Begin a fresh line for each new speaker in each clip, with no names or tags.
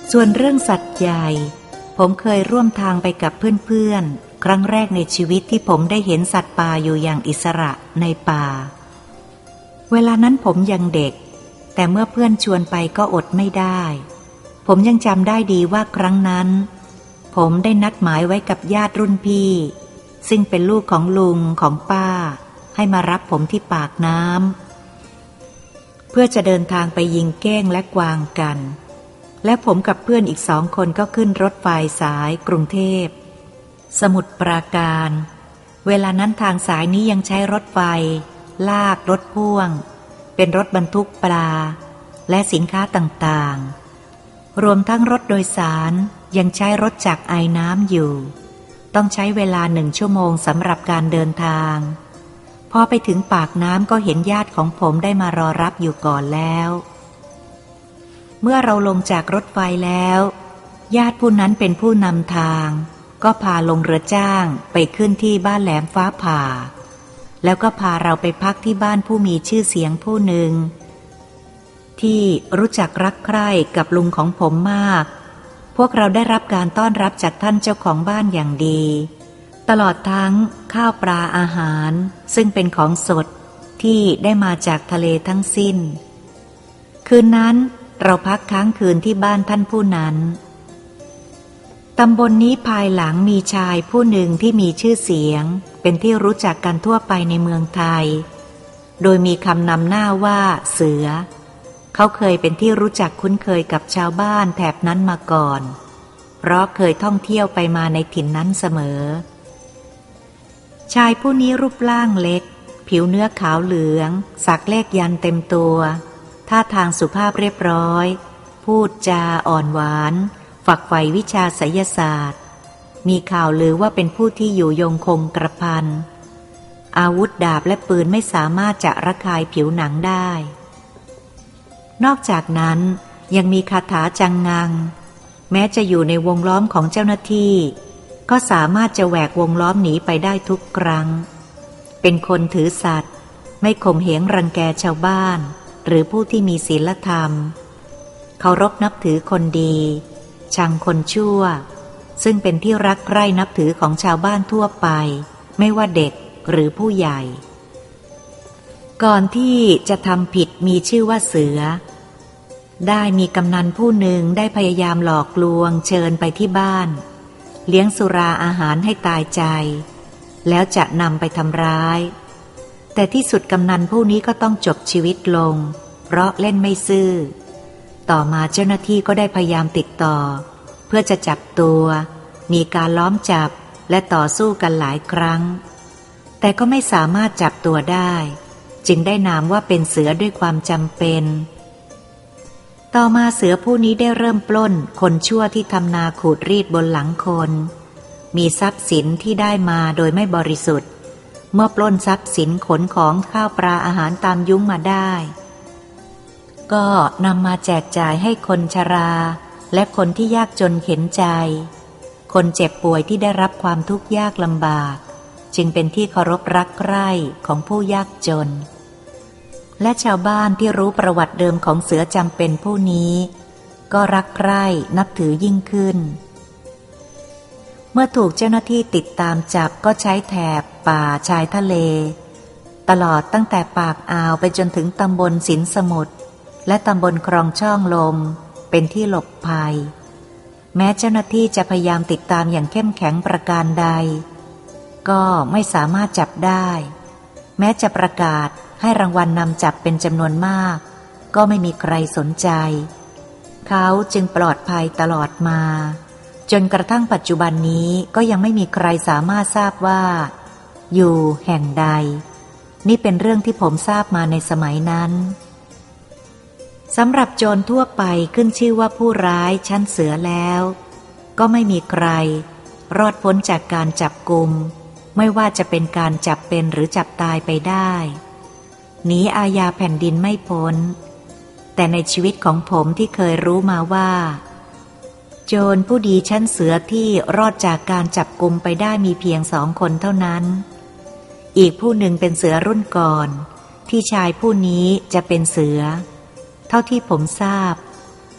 ส่วนเรื่องสัตว์ใหญ่ผมเคยร่วมทางไปกับเพื่อนๆครั้งแรกในชีวิตที่ผมได้เห็นสัตว์ป่าอยู่อย่างอิสระในป่าเวลานั้นผมยังเด็กแต่เมื่อเพื่อนชวนไปก็อดไม่ได้ผมยังจำได้ดีว่าครั้งนั้นผมได้นัดหมายไว้กับญาติรุ่นพี่ซึ่งเป็นลูกของลุงของป้าให้มารับผมที่ปากน้ำเพื่อจะเดินทางไปยิงเก้งและกวางกันและผมกับเพื่อนอีก2 คนก็ขึ้นรถไฟสายกรุงเทพสมุทรปราการเวลานั้นทางสายนี้ยังใช้รถไฟลากรถพ่วงเป็นรถบรรทุกปลาและสินค้าต่างๆรวมทั้งรถโดยสารยังใช้รถจักรไอน้ำอยู่ต้องใช้เวลา1 ชั่วโมงสำหรับการเดินทางพอไปถึงปากน้ำก็เห็นญาติของผมได้มารอรับอยู่ก่อนแล้วเมื่อเราลงจากรถไฟแล้วญาติผู้นั้นเป็นผู้นำทางก็พาลงเรือจ้างไปขึ้นที่บ้านแหลมฟ้าผ่าแล้วก็พาเราไปพักที่บ้านผู้มีชื่อเสียงผู้หนึ่งที่รู้จักรักใคร่กับลุงของผมมากพวกเราได้รับการต้อนรับจากท่านเจ้าของบ้านอย่างดีตลอดทั้งข้าวปลาอาหารซึ่งเป็นของสดที่ได้มาจากทะเลทั้งสิ้นคืนนั้นเราพักค้างคืนที่บ้านท่านผู้นั้นตำบลนี้ภายหลังมีชายผู้หนึ่งที่มีชื่อเสียงเป็นที่รู้จักกันทั่วไปในเมืองไทยโดยมีคำนำหน้าว่าเสือเขาเคยเป็นที่รู้จักคุ้นเคยกับชาวบ้านแถบนั้นมาก่อนเพราะเคยท่องเที่ยวไปมาในถิ่นนั้นเสมอชายผู้นี้รูปร่างเล็กผิวเนื้อขาวเหลืองสักเลขยันต์เต็มตัวท่าทางสุภาพเรียบร้อยพูดจาอ่อนหวานฝักใฝ่วิชาไสยศาสตร์มีข่าวลือว่าเป็นผู้ที่อยู่ยงคงกระพันอาวุธดาบและปืนไม่สามารถจะระคายผิวหนังได้นอกจากนั้นยังมีคาถาจังงังแม้จะอยู่ในวงล้อมของเจ้าหน้าที่ก็สามารถจะแหวกวงล้อมหนีไปได้ทุกครั้งเป็นคนถือสัตว์ไม่ข่มเหงรังแกชาวบ้านหรือผู้ที่มีศีลธรรมเคารพนับถือคนดีชังคนชั่วซึ่งเป็นที่รักใคร่นับถือของชาวบ้านทั่วไปไม่ว่าเด็กหรือผู้ใหญ่ก่อนที่จะทำผิดมีชื่อว่าเสือได้มีกำนันผู้หนึ่งได้พยายามหลอกลวงเชิญไปที่บ้านเลี้ยงสุราอาหารให้ตายใจแล้วจะนำไปทำร้ายแต่ที่สุดกำนันผู้นี้ก็ต้องจบชีวิตลงเพราะเล่นไม่ซื่อต่อมาเจ้าหน้าที่ก็ได้พยายามติดต่อเพื่อจะจับตัวมีการล้อมจับและต่อสู้กันหลายครั้งแต่ก็ไม่สามารถจับตัวได้จึงได้นามว่าเป็นเสือด้วยความจำเป็นต่อมาเสือผู้นี้ได้เริ่มปล้นคนชั่วที่ทำนาขูดรีดบนหลังคนมีทรัพย์สินที่ได้มาโดยไม่บริสุทธิ์เมื่อปล้นทรัพย์สินขนของข้าวปลาอาหารตามยุ้งมาได้ก็นำมาแจกจ่ายให้คนชราและคนที่ยากจนเข็ญใจคนเจ็บป่วยที่ได้รับความทุกข์ยากลำบากจึงเป็นที่เคารพรักใคร่ของผู้ยากจนและชาวบ้านที่รู้ประวัติเดิมของเสือจำเป็นผู้นี้ก็รักใคร่นับถือยิ่งขึ้นเมื่อถูกเจ้าหน้าที่ติดตามจับก็ใช้แถบป่าชายทะเลตลอดตั้งแต่ปากอ่าวไปจนถึงตำบลสินสมุทรและตำบลคลองช่องลมเป็นที่หลบภัยแม้เจ้าหน้าที่จะพยายามติดตามอย่างเข้มแข็งประการใดก็ไม่สามารถจับได้แม้จะประกาศให้รางวัลนำจับเป็นจำนวนมากก็ไม่มีใครสนใจเขาจึงปลอดภัยตลอดมาจนกระทั่งปัจจุบันนี้ก็ยังไม่มีใครสามารถทราบว่าอยู่แห่งใดนี่เป็นเรื่องที่ผมทราบมาในสมัยนั้นสำหรับโจรทั่วไปขึ้นชื่อว่าผู้ร้ายชั้นเสือแล้วก็ไม่มีใครรอดพ้นจากการจับกุมไม่ว่าจะเป็นการจับเป็นหรือจับตายไปได้หนีอาญาแผ่นดินไม่พ้นแต่ในชีวิตของผมที่เคยรู้มาว่าโจรผู้ดีชั้นเสือที่รอดจากการจับกุมไปได้มีเพียง2 คนเท่านั้นอีกผู้หนึ่งเป็นเสือรุ่นก่อนที่ชายผู้นี้จะเป็นเสือเท่าที่ผมทราบ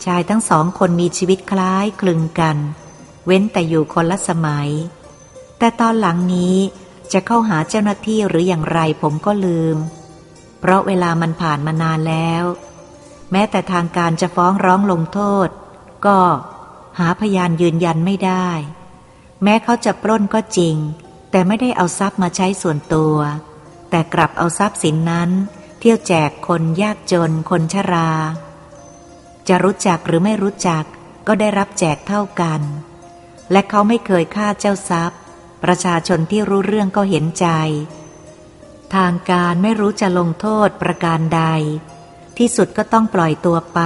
ชายทั้งสองคนมีชีวิตคล้ายคลึงกันเว้นแต่อยู่คนละสมัยแต่ตอนหลังนี้จะเข้าหาเจ้าหน้าที่หรืออย่างไรผมก็ลืมเพราะเวลามันผ่านมานานแล้วแม้แต่ทางการจะฟ้องร้องลงโทษก็หาพยานยืนยันไม่ได้แม้เขาจะปล้นก็จริงแต่ไม่ได้เอาทรัพย์มาใช้ส่วนตัวแต่กลับเอาทรัพย์สินนั้นเที่ยวแจกคนยากจนคนชราจะรู้จักหรือไม่รู้จักก็ได้รับแจกเท่ากันและเขาไม่เคยฆ่าเจ้าทรัพย์ประชาชนที่รู้เรื่องก็เห็นใจทางการไม่รู้จะลงโทษประการใดที่สุดก็ต้องปล่อยตัวไป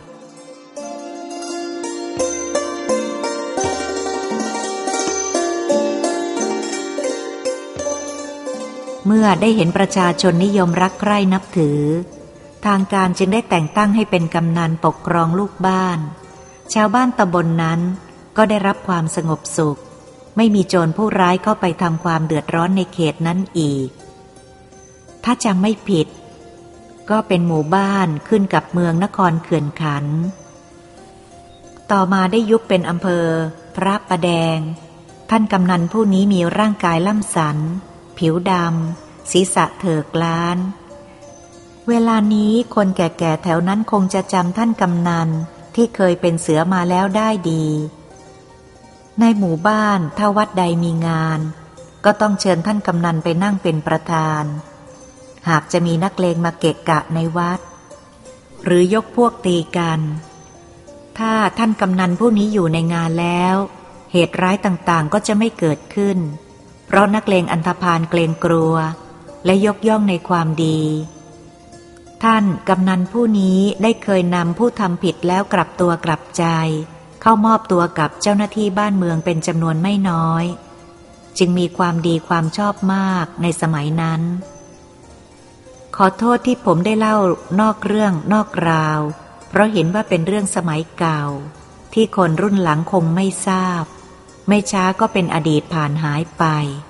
เมื่อได้เห็นประชาชนนิยมรักใคร่นับถือทางการจึงได้แต่งตั้งให้เป็นกำนันปกครองลูกบ้านชาวบ้านตำบลนั้นก็ได้รับความสงบสุขไม่มีโจรผู้ร้ายเข้าไปทำความเดือดร้อนในเขตนั้นอีกถ้าจำไม่ผิดก็เป็นหมู่บ้านขึ้นกับเมืองนครเขื่อนขันธ์ต่อมาได้ยุบเป็นอำเภอพระประแดงท่านกำนันผู้นี้มีร่างกายล่ำสันผิวดำศีรษะเถิกล้านเวลานี้คนแก่ๆแถวนั้นคงจะจำท่านกำนันที่เคยเป็นเสือมาแล้วได้ดีในหมู่บ้านถ้าวัดใดมีงานก็ต้องเชิญท่านกำนันไปนั่งเป็นประธานหากจะมีนักเลงมาเกะกะในวัดหรือยกพวกตีกันถ้าท่านกำนันผู้นี้อยู่ในงานแล้วเหตุร้ายต่างๆก็จะไม่เกิดขึ้นเพราะนักเลงอันธพาลเกรงกลัวและยกย่องในความดีท่านกำนันผู้นี้ได้เคยนำผู้ทำผิดแล้วกลับตัวกลับใจเข้ามอบตัวกับเจ้าหน้าที่บ้านเมืองเป็นจำนวนไม่น้อยจึงมีความดีความชอบมากในสมัยนั้นขอโทษที่ผมได้เล่านอกเรื่องนอกราวเพราะเห็นว่าเป็นเรื่องสมัยเก่าที่คนรุ่นหลังคงไม่ทราบไม่ช้าก็เป็นอดีตผ่านหายไป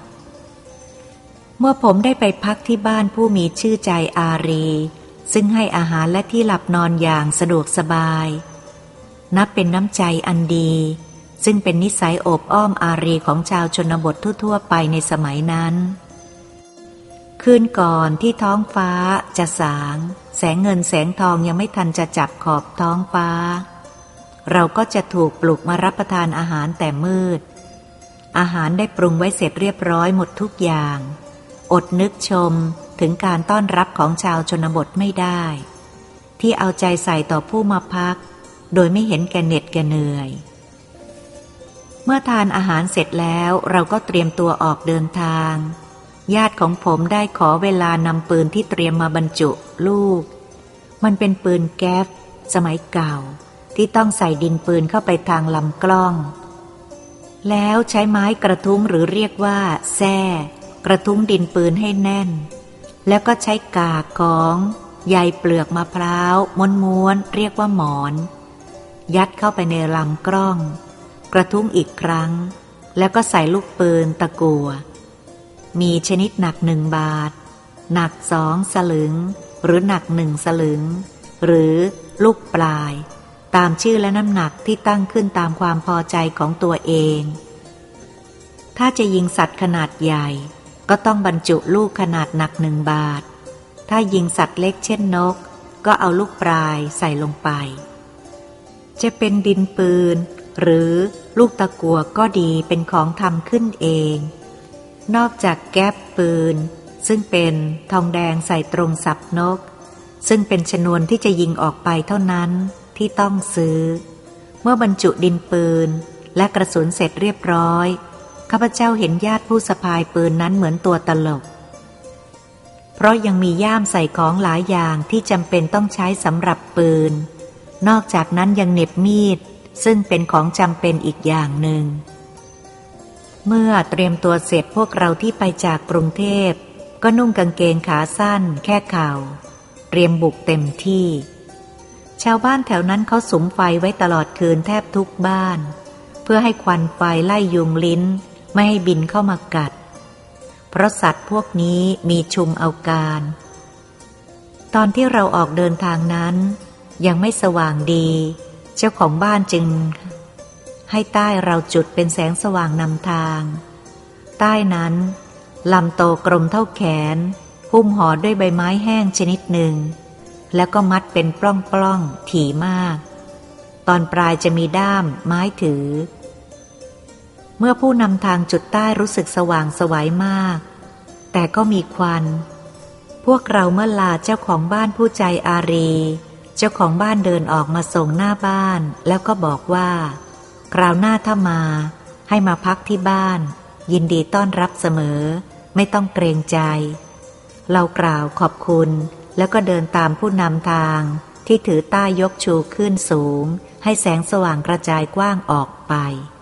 เมื่อผมได้ไปพักที่บ้านผู้มีชื่อใจอารีซึ่งให้อาหารและที่หลับนอนอย่างสะดวกสบายนับเป็นน้ำใจอันดีซึ่งเป็นนิสัยโอบอ้อมอารีของชาวชนบททั่วๆไปในสมัยนั้นคืนก่อนที่ท้องฟ้าจะสางแสงเงินแสงทองยังไม่ทันจะจับขอบท้องฟ้าเราก็จะถูกปลุกมารับประทานอาหารแต่มืดอาหารได้ปรุงไว้เสร็จเรียบร้อยหมดทุกอย่างอดนึกชมถึงการต้อนรับของชาวชนบทไม่ได้ที่เอาใจใส่ต่อผู้มาพักโดยไม่เห็นแก่เหน็ดแก่เหนื่อยเมื่อทานอาหารเสร็จแล้วเราก็เตรียมตัวออกเดินทางญาติของผมได้ขอเวลานำปืนที่เตรียมมาบรรจุลูกมันเป็นปืนแก๊ปสมัยเก่าที่ต้องใส่ดินปืนเข้าไปทางลำกล้องแล้วใช้ไม้กระทุ้งหรือเรียกว่าแส้กระทุ้งดินปืนให้แน่นแล้วก็ใช้กากของใยเปลือกมะพร้าวม้วนๆเรียกว่าหมอนยัดเข้าไปในลำกล้องกระทุ้งอีกครั้งแล้วก็ใส่ลูกปืนตะกั่วมีชนิดหนัก1 บาทหนัก2 สลึงหรือหนัก1 สลึงหรือลูกปลายตามชื่อและน้ำหนักที่ตั้งขึ้นตามความพอใจของตัวเองถ้าจะยิงสัตว์ขนาดใหญ่ก็ต้องบรรจุลูกขนาดหนัก1 บาทถ้ายิงสัตว์เล็กเช่นนกก็เอาลูกปลายใส่ลงไปจะเป็นดินปืนหรือลูกตะกั่วก็ดีเป็นของทำขึ้นเองนอกจากแก๊ปปืนซึ่งเป็นทองแดงใส่ตรงสับนกซึ่งเป็นชนวนที่จะยิงออกไปเท่านั้นที่ต้องซื้อเมื่อบรรจุดินปืนและกระสุนเสร็จเรียบร้อยข้าพเจ้าเห็นญาติผู้สะพายปืนนั้นเหมือนตัวตลกเพราะยังมีย่ามใส่ของหลายอย่างที่จำเป็นต้องใช้สำหรับปืนนอกจากนั้นยังเหน็บมีดซึ่งเป็นของจำเป็นอีกอย่างหนึ่งเมื่อเตรียมตัวเสร็จพวกเราที่ไปจากกรุงเทพก็นุ่งกางเกงขาสั้นแค่เข่าเตรียมบุกเต็มที่ชาวบ้านแถวนั้นเขาสุมไฟไว้ตลอดคืนแทบทุกบ้านเพื่อให้ควันไฟไล่ยุงลิ้นไม่ให้บินเข้ามากัดเพราะสัตว์พวกนี้มีชุมเอาการตอนที่เราออกเดินทางนั้นยังไม่สว่างดีเจ้าของบ้านจึงให้ใต้เราจุดเป็นแสงสว่างนำทางใต้นั้นลำโตกลมเท่าแขนหุ้มห่อด้วยใบไม้แห้งชนิดหนึ่งแล้วก็มัดเป็นปล้องๆถี่มากตอนปลายจะมีด้ามไม้ถือเมื่อผู้นำทางจุดใต้รู้สึกสว่างไสวมากแต่ก็มีควันพวกเราเมื่อลาเจ้าของบ้านผู้ใจอารีเจ้าของบ้านเดินออกมาส่งหน้าบ้านแล้วก็บอกว่าคราวหน้าถ้ามาให้มาพักที่บ้านยินดีต้อนรับเสมอไม่ต้องเกรงใจเรากล่าวขอบคุณแล้วก็เดินตามผู้นำทางที่ถือต้ายยกชูขึ้นสูงให้แสงสว่างกระจายกว้างออกไป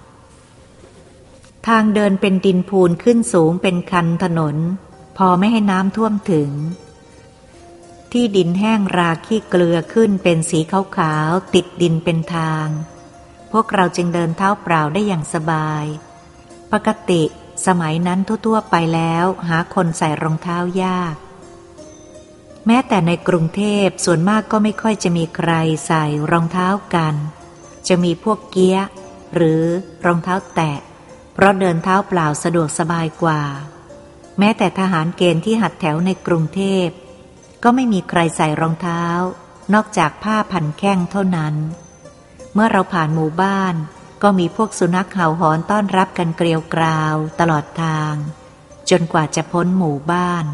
ทางเดินเป็นดินพูนขึ้นสูงเป็นคันถนนพอไม่ให้น้ำท่วมถึงที่ดินแห้งราขี้เกลือขึ้นเป็นสีขาวๆติดดินเป็นทางพวกเราจึงเดินเท้าเปล่าได้อย่างสบายปกติสมัยนั้นทั่วๆไปแล้วหาคนใส่รองเท้ายากแม้แต่ในกรุงเทพส่วนมากก็ไม่ค่อยจะมีใครใส่รองเท้ากันจะมีพวกเกี๊ยะหรือรองเท้าแตะเพราะเดินเท้าเปล่าสะดวกสบายกว่าแม้แต่ทหารเกณฑ์ที่หัดแถวในกรุงเทพก็ไม่มีใครใส่รองเท้านอกจากผ้าพันแข้งเท่านั้นเมื่อเราผ่านหมู่บ้านก็มีพวกสุนัขเห่าหอนต้อนรับกันเกลียวกราวตลอดทางจนกว่าจะพ้นหมู่บ้าน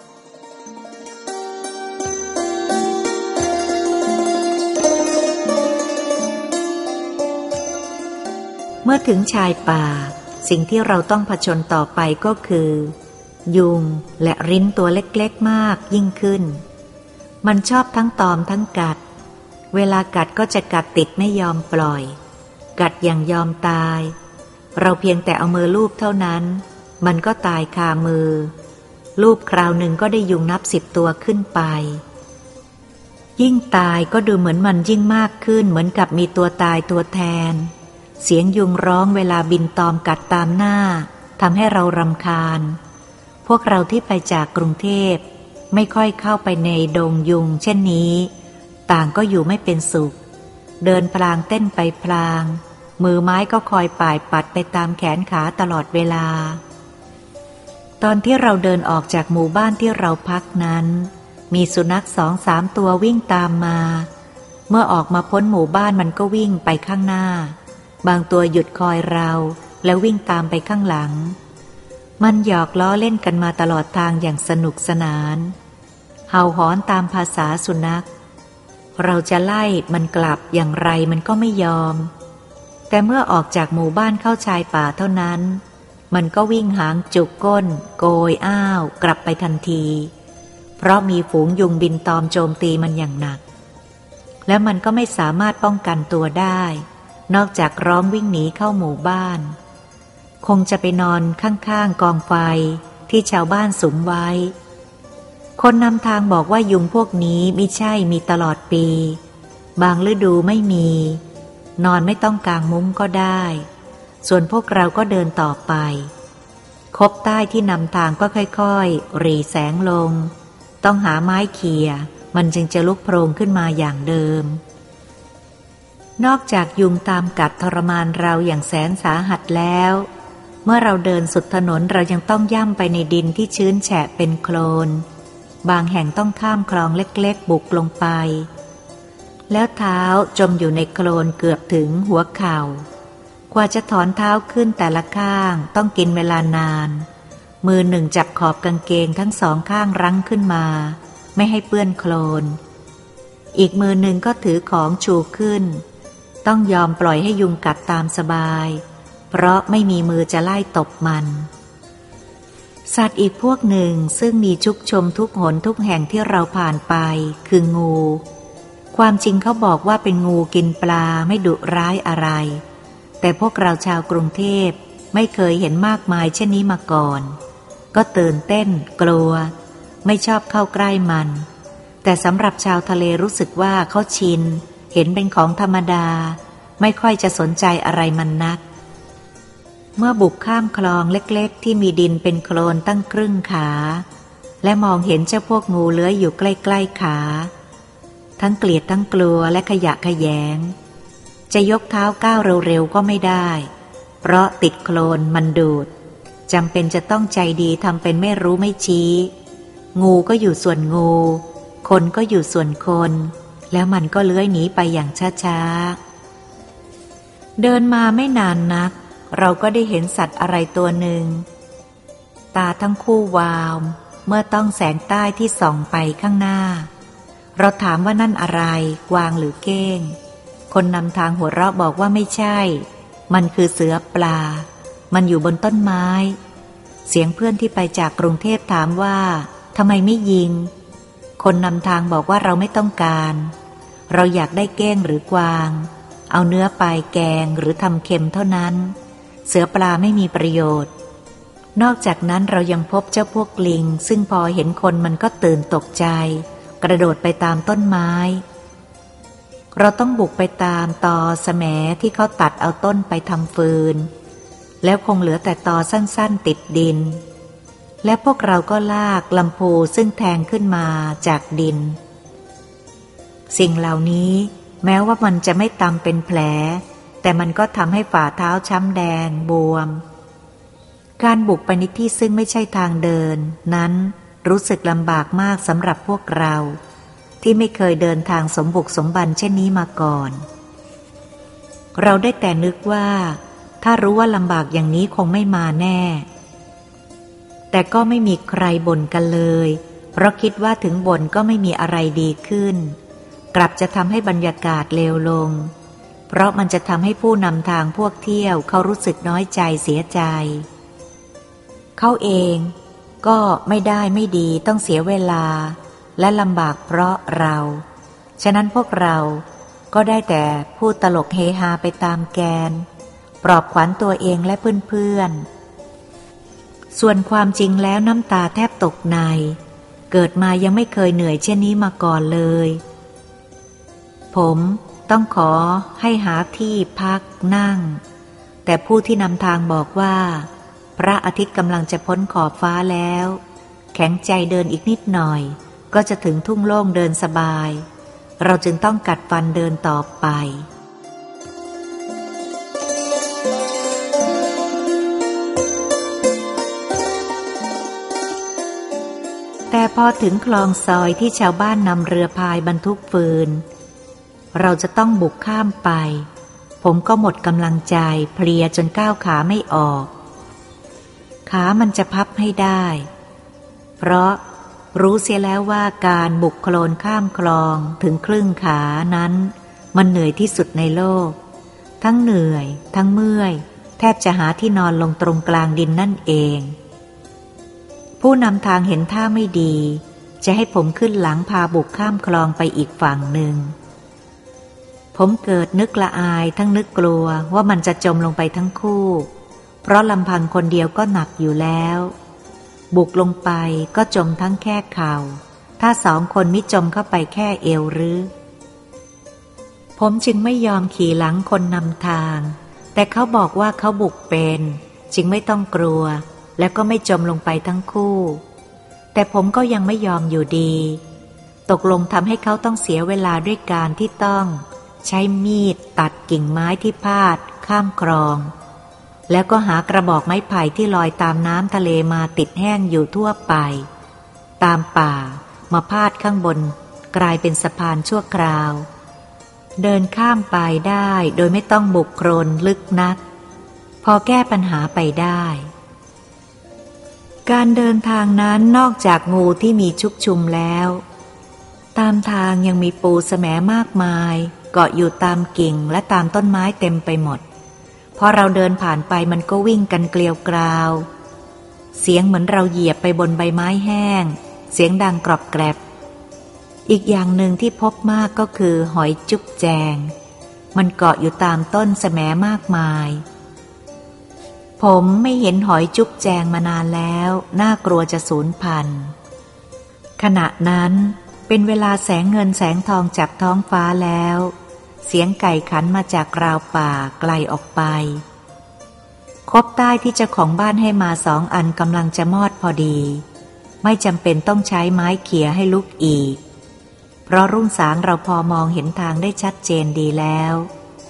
เมื่อถึงชายป่าสิ่งที่เราต้องผจญต่อไปก็คือยุงและริ้นตัวเล็กๆมากยิ่งขึ้นมันชอบทั้งตอมทั้งกัดเวลากัดก็จะกัดติดไม่ยอมปล่อยกัดอย่างยอมตายเราเพียงแต่เอามือลูบเท่านั้นมันก็ตายคามือลูบคราวหนึ่งก็ได้ยุงนับ10 ตัวขึ้นไปยิ่งตายก็ดูเหมือนมันยิ่งมากขึ้นเหมือนกับมีตัวตายตัวแทนเสียงยุงร้องเวลาบินตอมกัดตามหน้าทำให้เรารำคาญพวกเราที่ไปจากกรุงเทพไม่ค่อยเข้าไปในดงยุงเช่นนี้ต่างก็อยู่ไม่เป็นสุขเดินพลางเต้นไปพลางมือไม้ก็คอยป่ายปัดไปตามแขนขาตลอดเวลาตอนที่เราเดินออกจากหมู่บ้านที่เราพักนั้นมีสุนัข2-3 ตัววิ่งตามมาเมื่อออกมาพ้นหมู่บ้านมันก็วิ่งไปข้างหน้าบางตัวหยุดคอยเราแล้ววิ่งตามไปข้างหลังมันหยอกล้อเล่นกันมาตลอดทางอย่างสนุกสนานเห่าหอนตามภาษาสุนัขเราจะไล่มันกลับอย่างไรมันก็ไม่ยอมแต่เมื่อออกจากหมู่บ้านเข้าชายป่าเท่านั้นมันก็วิ่งหางจุกก้นโกยอ้าวกลับไปทันทีเพราะมีฝูงยุงบินตอมโจมตีมันอย่างหนักและมันก็ไม่สามารถป้องกันตัวได้นอกจากร้องวิ่งหนีเข้าหมู่บ้านคงจะไปนอนข้างๆกองไฟที่ชาวบ้านสุมไว้คนนำทางบอกว่ายุงพวกนี้มิใช่มีตลอดปีบางฤดูไม่มีนอนไม่ต้องกางมุ้งก็ได้ส่วนพวกเราก็เดินต่อไปคบใต้ที่นำทางก็ค่อยๆหรี่แสงลงต้องหาไม้เขี่ยมันจึงจะลุกโพลงขึ้นมาอย่างเดิมนอกจากยุงตามกัดทรมานเราอย่างแสนสาหัสแล้วเมื่อเราเดินสุดถนนเรายังต้องย่ำไปในดินที่ชื้นแฉะเป็นโคลนบางแห่งต้องข้ามคลองเล็กๆบุกลงไปแล้วเท้าจมอยู่ในโคลนเกือบถึงหัวเข่ากว่าจะถอนเท้าขึ้นแต่ละข้างต้องกินเวลานานมือหนึ่งจับขอบกางเกงทั้ง2 ข้างรั้งขึ้นมาไม่ให้เปื้อนโคลนอีกมือหนึ่งก็ถือของชูขึ้นต้องยอมปล่อยให้ยุงกัดตามสบายเพราะไม่มีมือจะไล่ตบมันสัตว์อีกพวกหนึ่งซึ่งมีชุกชมทุกหนทุกแห่งที่เราผ่านไปคืองูความจริงเขาบอกว่าเป็นงูกินปลาไม่ดุร้ายอะไรแต่พวกเราชาวกรุงเทพไม่เคยเห็นมากมายเช่นนี้มาก่อนก็ตื่นเต้นกลัวไม่ชอบเข้าใกล้มันแต่สำหรับชาวทะเลรู้สึกว่าเขาชินเห็นเป็นของธรรมดาไม่ค่อยจะสนใจอะไรมันนักเมื่อบุกข้ามคลองเล็กๆที่มีดินเป็นโคลนตั้งครึ่งขาและมองเห็นเจ้าพวกงูเลื้อยอยู่ใกล้ๆขาทั้งเกลียดทั้งกลัวและขยะแขยงจะยกเท้าก้าวเร็วๆก็ไม่ได้เพราะติดโคลนมันดูดจำเป็นจะต้องใจดีทำเป็นไม่รู้ไม่ชี้งูก็อยู่ส่วนงูคนก็อยู่ส่วนคนแล้วมันก็เลื้อยหนีไปอย่างช้าๆเดินมาไม่นานนักเราก็ได้เห็นสัตว์อะไรตัวหนึ่งตาทั้งคู่วาวเมื่อต้องแสงใต้ที่ส่องไปข้างหน้าเราถามว่านั่นอะไรกวางหรือเก้งคนนำทางหัวเราะบอกว่าไม่ใช่มันคือเสือปลามันอยู่บนต้นไม้เสียงเพื่อนที่ไปจากกรุงเทพถามว่าทำไมไม่ยิงคนนำทางบอกว่าเราไม่ต้องการเราอยากได้เก้งหรือกวางเอาเนื้อไปแกงหรือทำเค็มเท่านั้นเสือปลาไม่มีประโยชน์นอกจากนั้นเรายังพบเจ้าพวกลิงซึ่งพอเห็นคนมันก็ตื่นตกใจกระโดดไปตามต้นไม้เราต้องบุกไปตามตอแสมที่เขาตัดเอาต้นไปทำฟืนแล้วคงเหลือแต่ตอสั้นๆติดดินและพวกเราก็ลากลำพูซึ่งแทงขึ้นมาจากดินสิ่งเหล่านี้แม้ว่ามันจะไม่ตำเป็นแผลแต่มันก็ทำให้ฝ่าเท้าช้ำแดงบวมการบุกไปในที่ซึ่งไม่ใช่ทางเดินนั้นรู้สึกลำบากมากสำหรับพวกเราที่ไม่เคยเดินทางสมบุกสมบันเช่นนี้มาก่อนเราได้แต่นึกว่าถ้ารู้ว่าลำบากอย่างนี้คงไม่มาแน่แต่ก็ไม่มีใครบ่นกันเลยเพราะคิดว่าถึงบ่นก็ไม่มีอะไรดีขึ้นกลับจะทำให้บรรยากาศเลวลงเพราะมันจะทำให้ผู้นำทางพวกเที่ยวเขารู้สึกน้อยใจเสียใจเขาเองก็ไม่ได้ไม่ดีต้องเสียเวลาและลำบากเพราะเราฉะนั้นพวกเราก็ได้แต่พูดตลกเฮฮาไปตามแกนปลอบขวัญตัวเองและเพื่อนๆส่วนความจริงแล้วน้ำตาแทบตกในเกิดมายังไม่เคยเหนื่อยเช่นนี้มาก่อนเลยผมต้องขอให้หาที่พักนั่งแต่ผู้ที่นำทางบอกว่าพระอาทิตย์กำลังจะพ้นขอบฟ้าแล้วแข็งใจเดินอีกนิดหน่อยก็จะถึงทุ่งโล่งเดินสบายเราจึงต้องกัดฟันเดินต่อไปแต่พอถึงคลองซอยที่ชาวบ้านนำเรือพายบรรทุกฟืนเราจะต้องบุกข้ามไปผมก็หมดกำลังใจเพลียจนก้าวขาไม่ออกขามันจะพับให้ได้เพราะรู้เสียแล้วว่าการบุกโคลนข้ามคลองถึงครึ่งขานั้นมันเหนื่อยที่สุดในโลกทั้งเหนื่อยทั้งเมื่อยแทบจะหาที่นอนลงตรงกลางดินนั่นเองผู้นำทางเห็นท่าไม่ดีจะให้ผมขึ้นหลังพาบุกข้ามคลองไปอีกฝั่งหนึ่งผมเกิดนึกละอายทั้งนึกกลัวว่ามันจะจมลงไปทั้งคู่เพราะลำพังคนเดียวก็หนักอยู่แล้วบุกลงไปก็จมทั้งแค่เข่าถ้าสองคนมิจมเข้าไปแค่เอวหรือผมจึงไม่ยอมขี่หลังคนนำทางแต่เขาบอกว่าเขาบุกเป็นจึงไม่ต้องกลัวแล้วก็ไม่จมลงไปทั้งคู่แต่ผมก็ยังไม่ยอมอยู่ดีตกลงทำให้เขาต้องเสียเวลาด้วยการที่ต้องใช้มีดตัดกิ่งไม้ที่พาดข้ามคลองแล้วก็หากระบอกไม้ไผ่ที่ลอยตามน้ำทะเลมาติดแห้งอยู่ทั่วไปตามป่ามาพาดข้างบนกลายเป็นสะพานชั่วคราวเดินข้ามไปได้โดยไม่ต้องบุกโคลนลึกนักพอแก้ปัญหาไปได้การเดินทางนั้นนอกจากงูที่มีชุกชุมแล้วตามทางยังมีปูแสมมากมายเกาะอยู่ตามกิ่งและตามต้นไม้เต็มไปหมดพอเราเดินผ่านไปมันก็วิ่งกันเกลียวกราวเสียงเหมือนเราเหยียบไปบนใบไม้แห้งเสียงดังกรอบแกรบอีกอย่างหนึ่งที่พบมากก็คือหอยจุ๊บแจงมันเกาะอยู่ตามต้นแสมมากมายผมไม่เห็นหอยจุ๊บแจงมานานแล้วน่ากลัวจะสูญพันธุ์ขณะนั้นเป็นเวลาแสงเงินแสงทองจับท้องฟ้าแล้วเสียงไก่ขันมาจากราวป่าไกลออกไปคบใต้ที่เจ้าของบ้านให้มา2 อันกำลังจะมอดพอดีไม่จำเป็นต้องใช้ไม้เขี่ยให้ลุกอีกเพราะรุ่งสางเราพอมองเห็นทางได้ชัดเจนดีแล้ว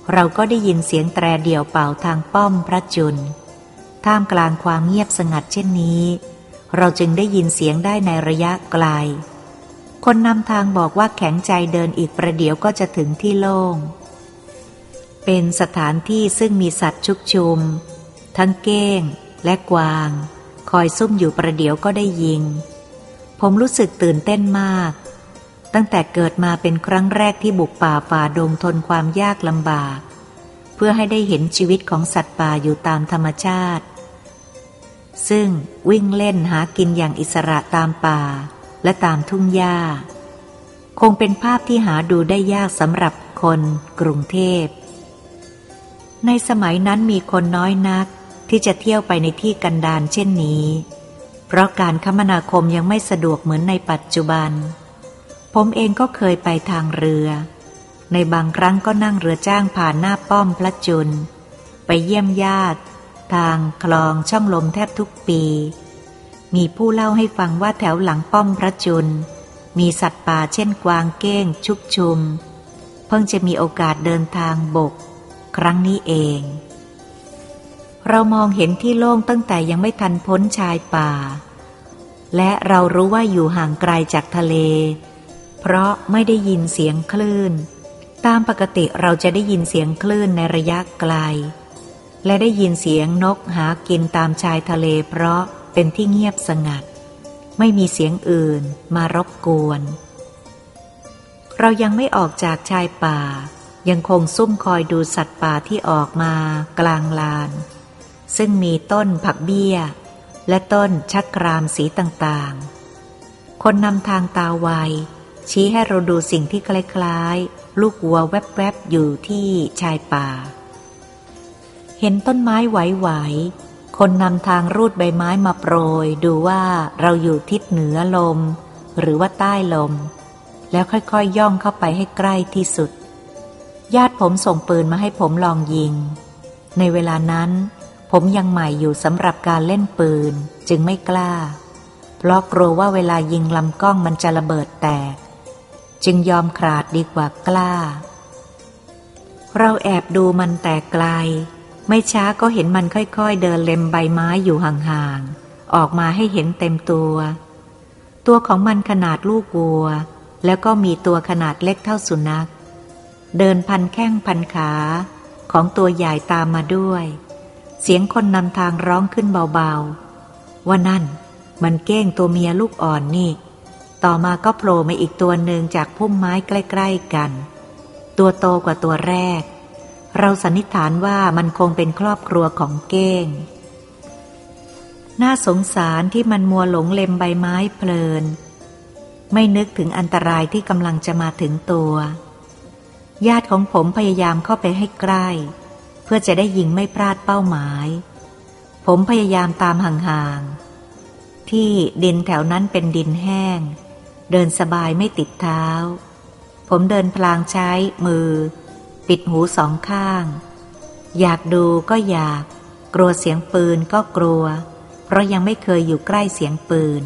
เราก็ได้ยินเสียงแตรเดี่ยวเป่าทางป้อมพระจุลท่ามกลางความเงียบสงัดเช่นนี้เราจึงได้ยินเสียงได้ในระยะไกลคนนำทางบอกว่าแข็งใจเดินอีกประเดี๋ยวก็จะถึงที่โล่งเป็นสถานที่ซึ่งมีสัตว์ชุกชุมทั้งเก้งและกวางคอยซุ่มอยู่ประเดี๋ยวก็ได้ยิงผมรู้สึกตื่นเต้นมากตั้งแต่เกิดมาเป็นครั้งแรกที่บุกป่าฝ่าดงทนความยากลำบากเพื่อให้ได้เห็นชีวิตของสัตว์ป่าอยู่ตามธรรมชาติซึ่งวิ่งเล่นหากินอย่างอิสระตามป่าและตามทุ่งหญ้าคงเป็นภาพที่หาดูได้ยากสำหรับคนกรุงเทพในสมัยนั้นมีคนน้อยนักที่จะเที่ยวไปในที่กันดารเช่นนี้เพราะการคมนาคมยังไม่สะดวกเหมือนในปัจจุบันผมเองก็เคยไปทางเรือในบางครั้งก็นั่งเรือจ้างผ่านหน้าป้อมพระจุลไปเยี่ยมญาติทางคลองช่องลมแทบทุกปีมีผู้เล่าให้ฟังว่าแถวหลังป้อมพระจุลมีสัตว์ป่าเช่นกวางเก้งชุกชุมเพิ่งจะมีโอกาสเดินทางบกครั้งนี้เองเรามองเห็นที่โล่งตั้งแต่ยังไม่ทันพ้นชายป่าและเรารู้ว่าอยู่ห่างไกลจากทะเลเพราะไม่ได้ยินเสียงคลื่นตามปกติเราจะได้ยินเสียงคลื่นในระยะไกลและได้ยินเสียงนกหากินตามชายทะเลเพราะเป็นที่เงียบสงัดไม่มีเสียงอื่นมารบกวนเรายังไม่ออกจากชายป่ายังคงซุ่มคอยดูสัตว์ป่าที่ออกมากลางลานซึ่งมีต้นผักเบี้ยและต้นชักรามสีต่างๆคนนำทางตาไวชี้ให้เราดูสิ่งที่คล้ายๆลูกวัวแวบๆอยู่ที่ชายป่าเห็นต้นไม้ไหวๆคนนำทางรูดใบไม้มาโปรยดูว่าเราอยู่ทิศเหนือลมหรือว่าใต้ลมแล้วค่อยๆย่องเข้าไปให้ใกล้ที่สุดญาติผมส่งปืนมาให้ผมลองยิงในเวลานั้นผมยังใหม่อยู่สำหรับการเล่นปืนจึงไม่กล้าเพราะกลัวว่าเวลายิงลำกล้องมันจะระเบิดแตกจึงยอมขลาดดีกว่ากล้าเราแอบดูมันแต่ไกลไม่ช้าก็เห็นมันค่อยๆเดินเล็มใบไม้อยู่ห่างๆออกมาให้เห็นเต็มตัวของมันขนาดลูกวัวแล้วก็มีตัวขนาดเล็กเท่าสุนัขเดินพันแข้งพันขาของตัวใหญ่ตามมาด้วยเสียงคนนำทางร้องขึ้นเบาๆว่านั่นมันเก้งตัวเมียลูกอ่อนนี่ต่อมาก็โผล่มาอีกตัวหนึ่งจากพุ่มไม้ใกล้ๆกันตัวโตกว่าตัวแรกเราสันนิษฐานว่ามันคงเป็นครอบครัวของเก้งน่าสงสารที่มันมัวหลงเล็มใบไม้เพลินไม่นึกถึงอันตรายที่กำลังจะมาถึงตัวญาติของผมพยายามเข้าไปให้ใกล้เพื่อจะได้ยิงไม่พลาดเป้าหมายผมพยายามตามห่างๆที่ดินแถวนั้นเป็นดินแห้งเดินสบายไม่ติดเท้าผมเดินพลางใช้มือปิดหูสองข้างอยากดูก็อยากกลัวเสียงปืนก็กลัวเพราะยังไม่เคยอยู่ใกล้เสียงปืน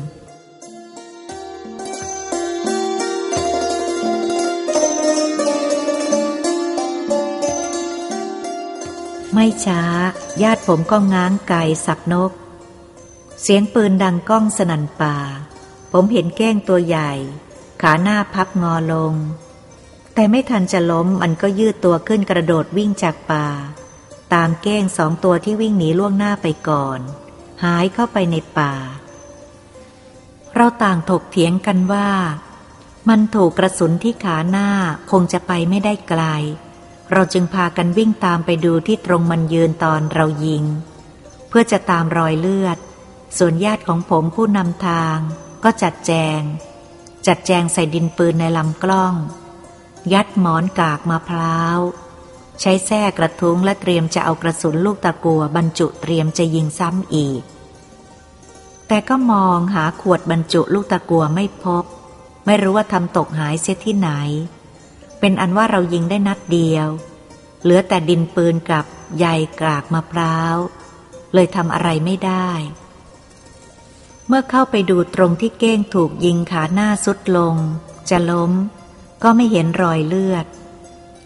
ไม่ช้าญาติผมก็ง้างไก่สับนกเสียงปืนดังก้องสนั่นป่าผมเห็นเก้งตัวใหญ่ขาหน้าพับงอลงแต่ไม่ทันจะล้มมันก็ยืดตัวขึ้นกระโดดวิ่งจากป่าตามเก้งสองตัวที่วิ่งหนีล่วงหน้าไปก่อนหายเข้าไปในป่าเราต่างถกเถียงกันว่ามันถูกกระสุนที่ขาหน้าคงจะไปไม่ได้ไกลเราจึงพากันวิ่งตามไปดูที่ตรงมันยืนตอนเรายิงเพื่อจะตามรอยเลือดส่วนญาติของผมผู้นำทางก็จัดแจงใส่ดินปืนในลำกล้องยัดหมอนกากมะพร้าวใช้แส้กระทุ้งและเตรียมจะเอากระสุนลูกตะกั่วบรรจุเตรียมจะยิงซ้ำอีกแต่ก็มองหาขวดบรรจุลูกตะกั่วไม่พบไม่รู้ว่าทำตกหายเสียที่ไหนเป็นอันว่าเรายิงได้นัดเดียวเหลือแต่ดินปืนกับใยกากมะพร้าวเลยทำอะไรไม่ได้เมื่อเข้าไปดูตรงที่เก้งถูกยิงขาหน้าสุดลงจะล้มก็ไม่เห็นรอยเลือด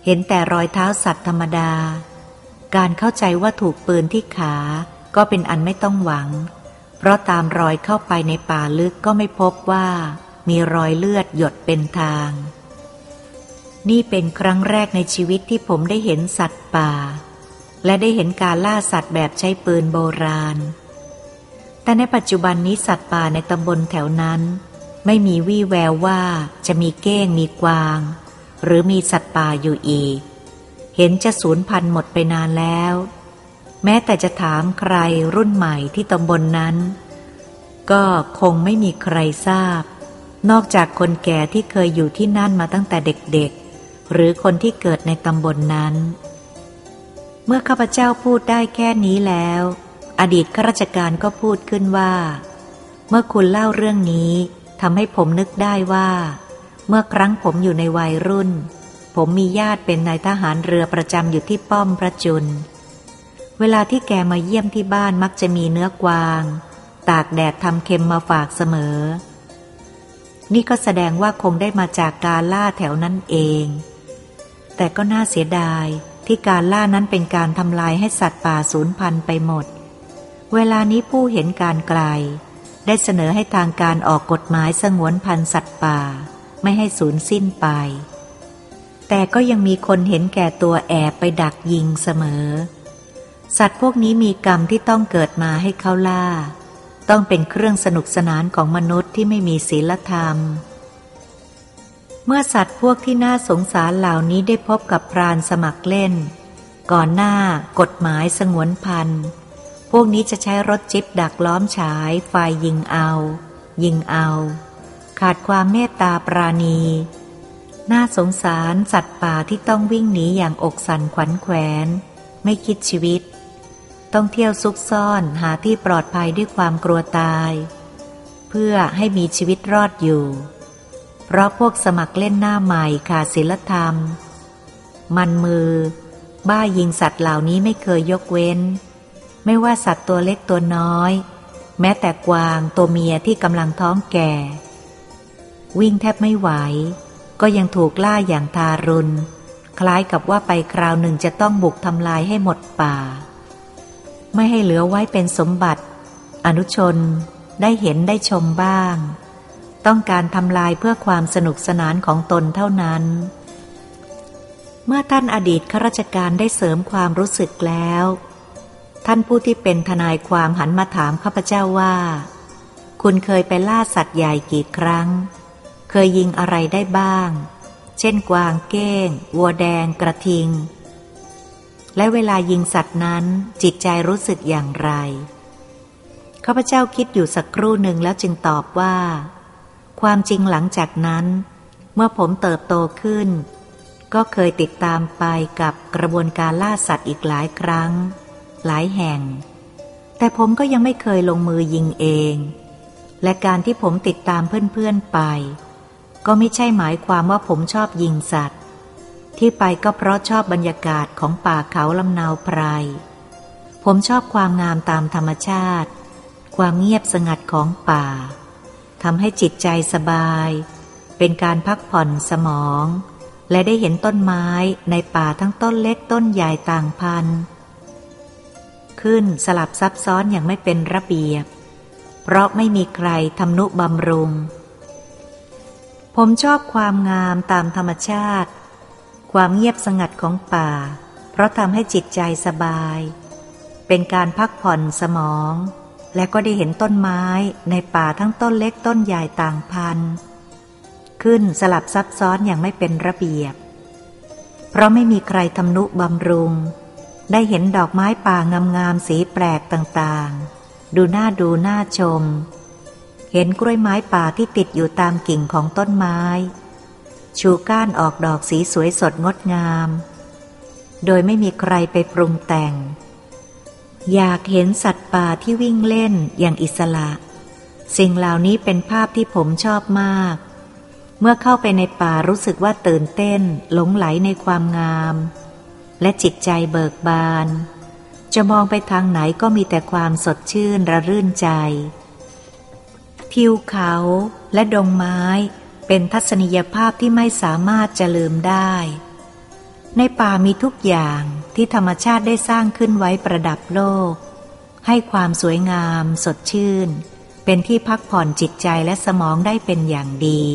เห็นแต่รอยเท้าสัตว์ธรรมดาการเข้าใจว่าถูกปืนที่ขาก็เป็นอันไม่ต้องหวังเพราะตามรอยเข้าไปในป่าลึกก็ไม่พบว่ามีรอยเลือดหยดเป็นทางนี่เป็นครั้งแรกในชีวิตที่ผมได้เห็นสัตว์ป่าและได้เห็นการล่าสัตว์แบบใช้ปืนโบราณแต่ในปัจจุบันนี้สัตว์ป่าในตำบลแถวนั้นไม่มีวี่แววว่าจะมีเก้งมีกวางหรือมีสัตว์ป่าอยู่อีกเห็นจะสูญพันธุ์หมดไปนานแล้วแม้แต่จะถามใครรุ่นใหม่ที่ตำบลนั้นก็คงไม่มีใครทราบนอกจากคนแก่ที่เคยอยู่ที่นั่นมาตั้งแต่เด็กๆหรือคนที่เกิดในตำบลนั้นเมื่อข้าพเจ้าพูดได้แค่นี้แล้วอดีตข้าราชการก็พูดขึ้นว่าเมื่อคุณเล่าเรื่องนี้ทำให้ผมนึกได้ว่าเมื่อครั้งผมอยู่ในวัยรุ่นผมมีญาติเป็นนายทหารเรือประจำอยู่ที่ป้อมพระจุลเวลาที่แกมาเยี่ยมที่บ้านมักจะมีเนื้อกวางตากแดดทำเค็มมาฝากเสมอนี่ก็แสดงว่าคงได้มาจากการล่าแถวนั้นเองแต่ก็น่าเสียดายที่การล่านั้นเป็นการทำลายให้สัตว์ป่าสูญพันธุ์ไปหมดเวลานี้ผู้เห็นการไกลได้เสนอให้ทางการออกกฎหมายสงวนพันธุ์สัตว์ป่าไม่ให้สูญสิ้นไปแต่ก็ยังมีคนเห็นแก่ตัวแอบไปดักยิงเสมอสัตว์พวกนี้มีกรรมที่ต้องเกิดมาให้เขาล่าต้องเป็นเครื่องสนุกสนานของมนุษย์ที่ไม่มีศีลธรรมเมื่อสัตว์พวกที่น่าสงสารเหล่านี้ได้พบกับพรานสมัครเล่นก่อนหน้ากฎหมายสงวนพันธุ์พวกนี้จะใช้รถจิ๊บดักล้อมฉายไฟยิงเอาขาดความเมตตาปราณีน่าสงสารสัตว์ป่าที่ต้องวิ่งหนีอย่างอกสั่นขวัญแขวนไม่คิดชีวิตต้องเที่ยวซุกซ่อนหาที่ปลอดภัยด้วยความกลัวตายเพื่อให้มีชีวิตรอดอยู่เพราะพวกสมัครเล่นหน้าใหม่ขาดศีลธรรมมันมือบ้ายิงสัตว์เหล่านี้ไม่เคยยกเว้นไม่ว่าสัตว์ตัวเล็กตัวน้อยแม้แต่กวางตัวเมียที่กำลังท้องแก่วิ่งแทบไม่ไหวก็ยังถูกล่าอย่างทารุณคล้ายกับว่าไปคราวหนึ่งจะต้องบุกทำลายให้หมดป่าไม่ให้เหลือไว้เป็นสมบัติอนุชนได้เห็นได้ชมบ้างต้องการทำลายเพื่อความสนุกสนานของตนเท่านั้นเมื่อท่านอดีตข้าราชการได้เสริมความรู้สึกแล้วท่านผู้ที่เป็นทนายความหันมาถามข้าพเจ้าว่าคุณเคยไปล่าสัตว์ใหญ่กี่ครั้งเคยยิงอะไรได้บ้างเช่นกวางเก้งวัวแดงกระทิงและเวลายิงสัตว์นั้นจิตใจรู้สึกอย่างไรข้าพเจ้าคิดอยู่สักครู่หนึ่งแล้วจึงตอบว่าความจริงหลังจากนั้นเมื่อผมเติบโตขึ้นก็เคยติดตามไปกับกระบวนการล่าสัตว์อีกหลายครั้งหลายแห่งแต่ผมก็ยังไม่เคยลงมือยิงเองและการที่ผมติดตามเพื่อนๆไปก็ไม่ใช่หมายความว่าผมชอบยิงสัตว์ที่ไปก็เพราะชอบบรรยากาศของป่าเขาลำนาวไพรผมชอบความงามตามธรรมชาติความเงียบสงัดของป่าทำให้จิตใจสบายเป็นการพักผ่อนสมองและได้เห็นต้นไม้ในป่าทั้งต้นเล็กต้นใหญ่ต่างพันธุ์ขึ้นสลับซับซ้อนอย่างไม่เป็นระเบียบเพราะไม่มีใครทำนุบำรุงผมชอบความงามตามธรรมชาติความเงียบสงัดของป่าเพราะทำให้จิตใจสบายเป็นการพักผ่อนสมองและก็ได้เห็นต้นไม้ในป่าทั้งต้นเล็กต้นใหญ่ต่างพันธุ์ขึ้นสลับซับซ้อนอย่างไม่เป็นระเบียบเพราะไม่มีใครทำนุบำรุงได้เห็นดอกไม้ป่างามๆสีแปลกต่างๆดูน่าชมเห็นกล้วยไม้ป่าที่ติดอยู่ตามกิ่งของต้นไม้ชูก้านออกดอกสีสวยสดงดงามโดยไม่มีใครไปปรุงแต่งอยากเห็นสัตว์ป่าที่วิ่งเล่นอย่างอิสระสิ่งเหล่านี้เป็นภาพที่ผมชอบมากเมื่อเข้าไปในป่ารู้สึกว่าตื่นเต้นหลงไหลในความงามและจิตใจเบิกบานจะมองไปทางไหนก็มีแต่ความสดชื่นระรื่นใจทิวเขาและดงไม้เป็นทัศนียภาพที่ไม่สามารถจะลืมได้ในป่ามีทุกอย่างที่ธรรมชาติได้สร้างขึ้นไว้ประดับโลกให้ความสวยงามสดชื่นเป็นที่พักผ่อนจิตใจและสมองได้เป็นอย่างดี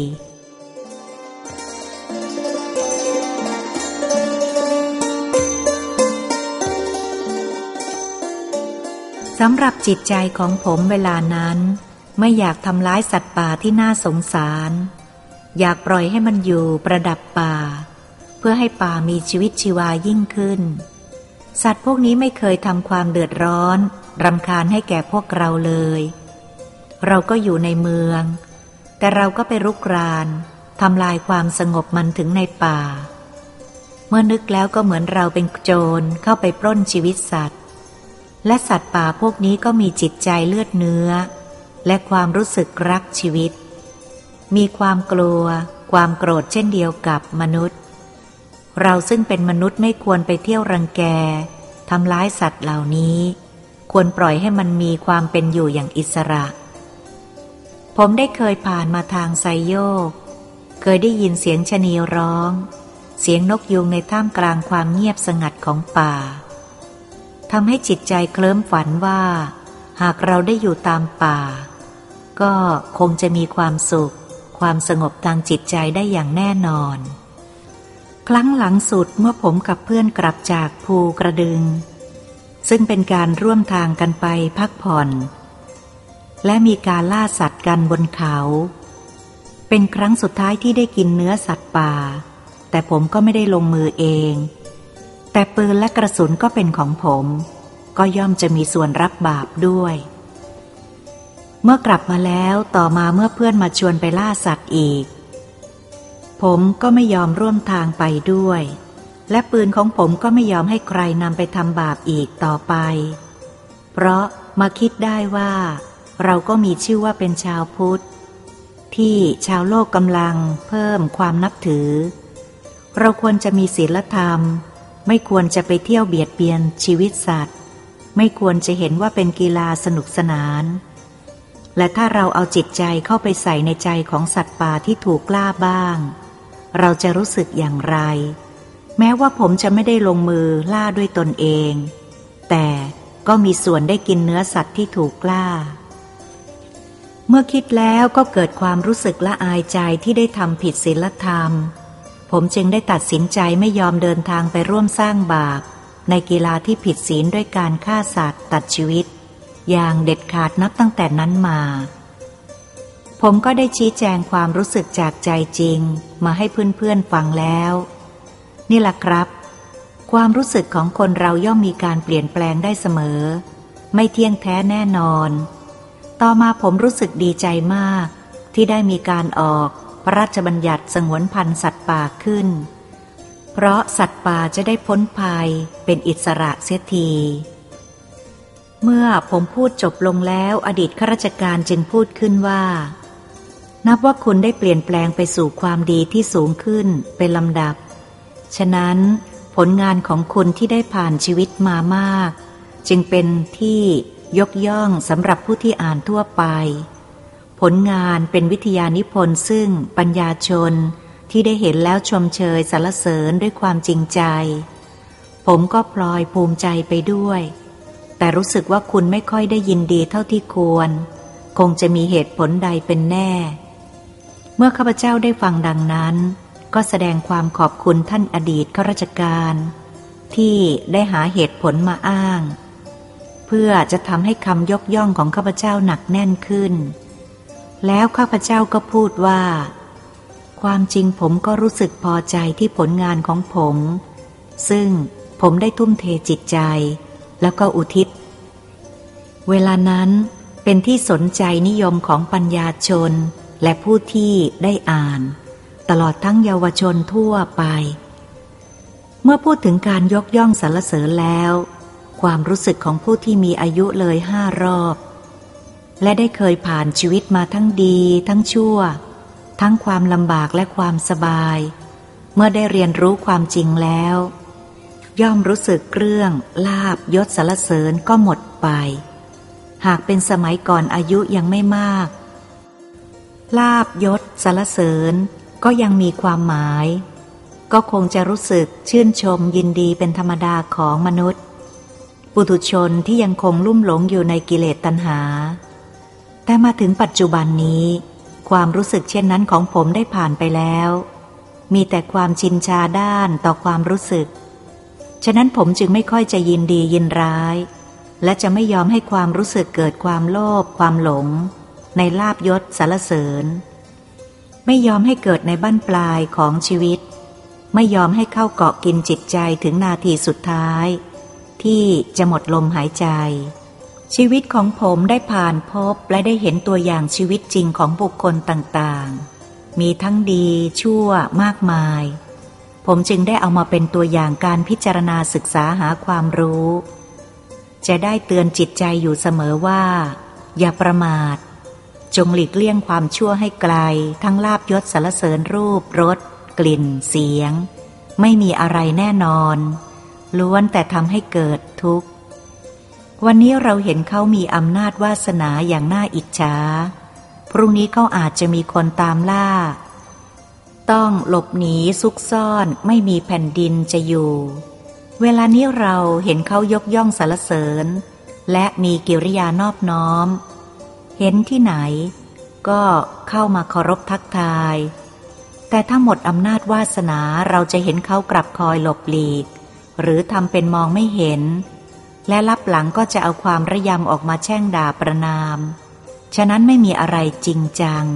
สำหรับจิตใจของผมเวลานั้นไม่อยากทำร้ายสัตว์ป่าที่น่าสงสารอยากปล่อยให้มันอยู่ประดับป่าเพื่อให้ป่ามีชีวิตชีวายิ่งขึ้นสัตว์พวกนี้ไม่เคยทำความเดือดร้อนรำคาญให้แก่พวกเราเลยเราก็อยู่ในเมืองแต่เราก็ไปรุกรานทำลายความสงบมันถึงในป่าเมื่อนึกแล้วก็เหมือนเราเป็นโจรเข้าไปปล้นชีวิตสัตว์และสัตว์ป่าพวกนี้ก็มีจิตใจเลือดเนื้อและความรู้สึกรักชีวิตมีความกลัวความโกรธเช่นเดียวกับมนุษย์เราซึ่งเป็นมนุษย์ไม่ควรไปเที่ยวรังแกทำร้ายสัตว์เหล่านี้ควรปล่อยให้มันมีความเป็นอยู่อย่างอิสระผมได้เคยผ่านมาทางไซโยกเคยได้ยินเสียงชะนีร้องเสียงนกยูงในท่ามกลางความเงียบสงัดของป่าทำให้จิตใจเคลิ้มฝันว่าหากเราได้อยู่ตามป่าก็คงจะมีความสุขความสงบทางจิตใจได้อย่างแน่นอนครั้งหลังสุดเมื่อผมกับเพื่อนกลับจากภูกระดึงซึ่งเป็นการร่วมทางกันไปพักผ่อนและมีการล่าสัตว์กันบนเขาเป็นครั้งสุดท้ายที่ได้กินเนื้อสัตว์ป่าแต่ผมก็ไม่ได้ลงมือเองแต่ปืนและกระสุนก็เป็นของผมก็ย่อมจะมีส่วนรับบาปด้วยเมื่อกลับมาแล้วต่อมาเมื่อเพื่อนมาชวนไปล่าสัตว์อีกผมก็ไม่ยอมร่วมทางไปด้วยและปืนของผมก็ไม่ยอมให้ใครนำไปทำบาปอีกต่อไปเพราะมาคิดได้ว่าเราก็มีชื่อว่าเป็นชาวพุทธที่ชาวโลกกำลังเพิ่มความนับถือเราควรจะมีศีลธรรมไม่ควรจะไปเที่ยวเบียดเบียนชีวิตสัตว์ไม่ควรจะเห็นว่าเป็นกีฬาสนุกสนานและถ้าเราเอาจิตใจเข้าไปใส่ในใจของสัตว์ป่าที่ถูกล่าบ้างเราจะรู้สึกอย่างไรแม้ว่าผมจะไม่ได้ลงมือล่าด้วยตนเองแต่ก็มีส่วนได้กินเนื้อสัตว์ที่ถูกล่าเมื่อคิดแล้วก็เกิดความรู้สึกละอายใจที่ได้ทำผิดศีลธรรมผมจึงได้ตัดสินใจไม่ยอมเดินทางไปร่วมสร้างบาปในกีฬาที่ผิดศีลด้วยการฆ่าสัตว์ตัดชีวิตอย่างเด็ดขาดนับตั้งแต่นั้นมาผมก็ได้ชี้แจงความรู้สึกจากใจจริงมาให้เพื่อนๆฟังแล้วนี่แหละครับความรู้สึกของคนเราย่อมมีการเปลี่ยนแปลงได้เสมอไม่เที่ยงแท้แน่นอนต่อมาผมรู้สึกดีใจมากที่ได้มีการออกพระราชบัญญัติสงวนพันธุ์สัตว์ป่าขึ้นเพราะสัตว์ป่าจะได้พ้นภัยเป็นอิสระเสียทีเมื่อผมพูดจบลงแล้วอดีตข้าราชการจึงพูดขึ้นว่านับว่าคุณได้เปลี่ยนแปลงไปสู่ความดีที่สูงขึ้นเป็นลำดับฉะนั้นผลงานของคุณที่ได้ผ่านชีวิตมามากจึงเป็นที่ยกย่องสำหรับผู้ที่อ่านทั่วไปผลงานเป็นวิทยานิพนธ์ซึ่งปัญญาชนที่ได้เห็นแล้วชมเชยสรรเสริญด้วยความจริงใจผมก็พลอยภูมิใจไปด้วยแต่รู้สึกว่าคุณไม่ค่อยได้ยินดีเท่าที่ควรคงจะมีเหตุผลใดเป็นแน่เมื่อข้าพเจ้าได้ฟังดังนั้นก็แสดงความขอบคุณท่านอดีตข้าราชการที่ได้หาเหตุผลมาอ้างเพื่อจะทำให้คำยกย่องของข้าพเจ้าหนักแน่นขึ้นแล้วข้าพเจ้าก็พูดว่าความจริงผมก็รู้สึกพอใจที่ผลงานของผมซึ่งผมได้ทุ่มเทจิตใจแล้วก็อุทิศเวลานั้นเป็นที่สนใจนิยมของปัญญาชนและผู้ที่ได้อ่านตลอดทั้งเยาวชนทั่วไปเมื่อพูดถึงการยกย่องสรรเสริญแล้วความรู้สึกของผู้ที่มีอายุเลย5 รอบและได้เคยผ่านชีวิตมาทั้งดีทั้งชั่วทั้งความลำบากและความสบายเมื่อได้เรียนรู้ความจริงแล้วย่อมรู้สึกเรื่องลาภยศสรรเสริญก็หมดไปหากเป็นสมัยก่อนอายุยังไม่มากลาภยศสรรเสริญก็ยังมีความหมายก็คงจะรู้สึกชื่นชมยินดีเป็นธรรมดาของมนุษย์ปุถุชนที่ยังคงลุ่มหลงอยู่ในกิเลสตัณหาแต่มาถึงปัจจุบันนี้ความรู้สึกเช่นนั้นของผมได้ผ่านไปแล้วมีแต่ความชินชาด้านต่อความรู้สึกฉะนั้นผมจึงไม่ค่อยจะยินดียินร้ายและจะไม่ยอมให้ความรู้สึกเกิดความโลภความหลงในลาภยศสรรเสริญไม่ยอมให้เกิดในบั้นปลายของชีวิตไม่ยอมให้เข้าเกาะกินจิตใจถึงนาทีสุดท้ายที่จะหมดลมหายใจชีวิตของผมได้ผ่านพบและได้เห็นตัวอย่างชีวิตจริงของบุคคลต่างๆมีทั้งดีชั่วมากมายผมจึงได้เอามาเป็นตัวอย่างการพิจารณาศึกษาหาความรู้จะได้เตือนจิตใจอยู่เสมอว่าอย่าประมาทจงหลีกเลี่ยงความชั่วให้ไกลทั้งลาภยศสรรเสริญรูปรสกลิ่นเสียงไม่มีอะไรแน่นอนล้วนแต่ทำให้เกิดทุกข์วันนี้เราเห็นเขามีอำนาจวาสนาอย่างน่าอิจฉาพรุ่งนี้เขาอาจจะมีคนตามล่าต้องหลบหนีซุกซ่อนไม่มีแผ่นดินจะอยู่เวลานี้เราเห็นเขายกย่องสรรเสริญและมีกิริยานอบน้อมเห็นที่ไหนก็เข้ามาเคารพทักทายแต่ถ้าหมดอำนาจวาสนาเราจะเห็นเขากลับคอยหลบหลีกหรือทำเป็นมองไม่เห็นและลับหลังก็จะเอาความระยำออกมาแช่งด่าประณามฉะนั้นไม่มีอะไรจริงจัง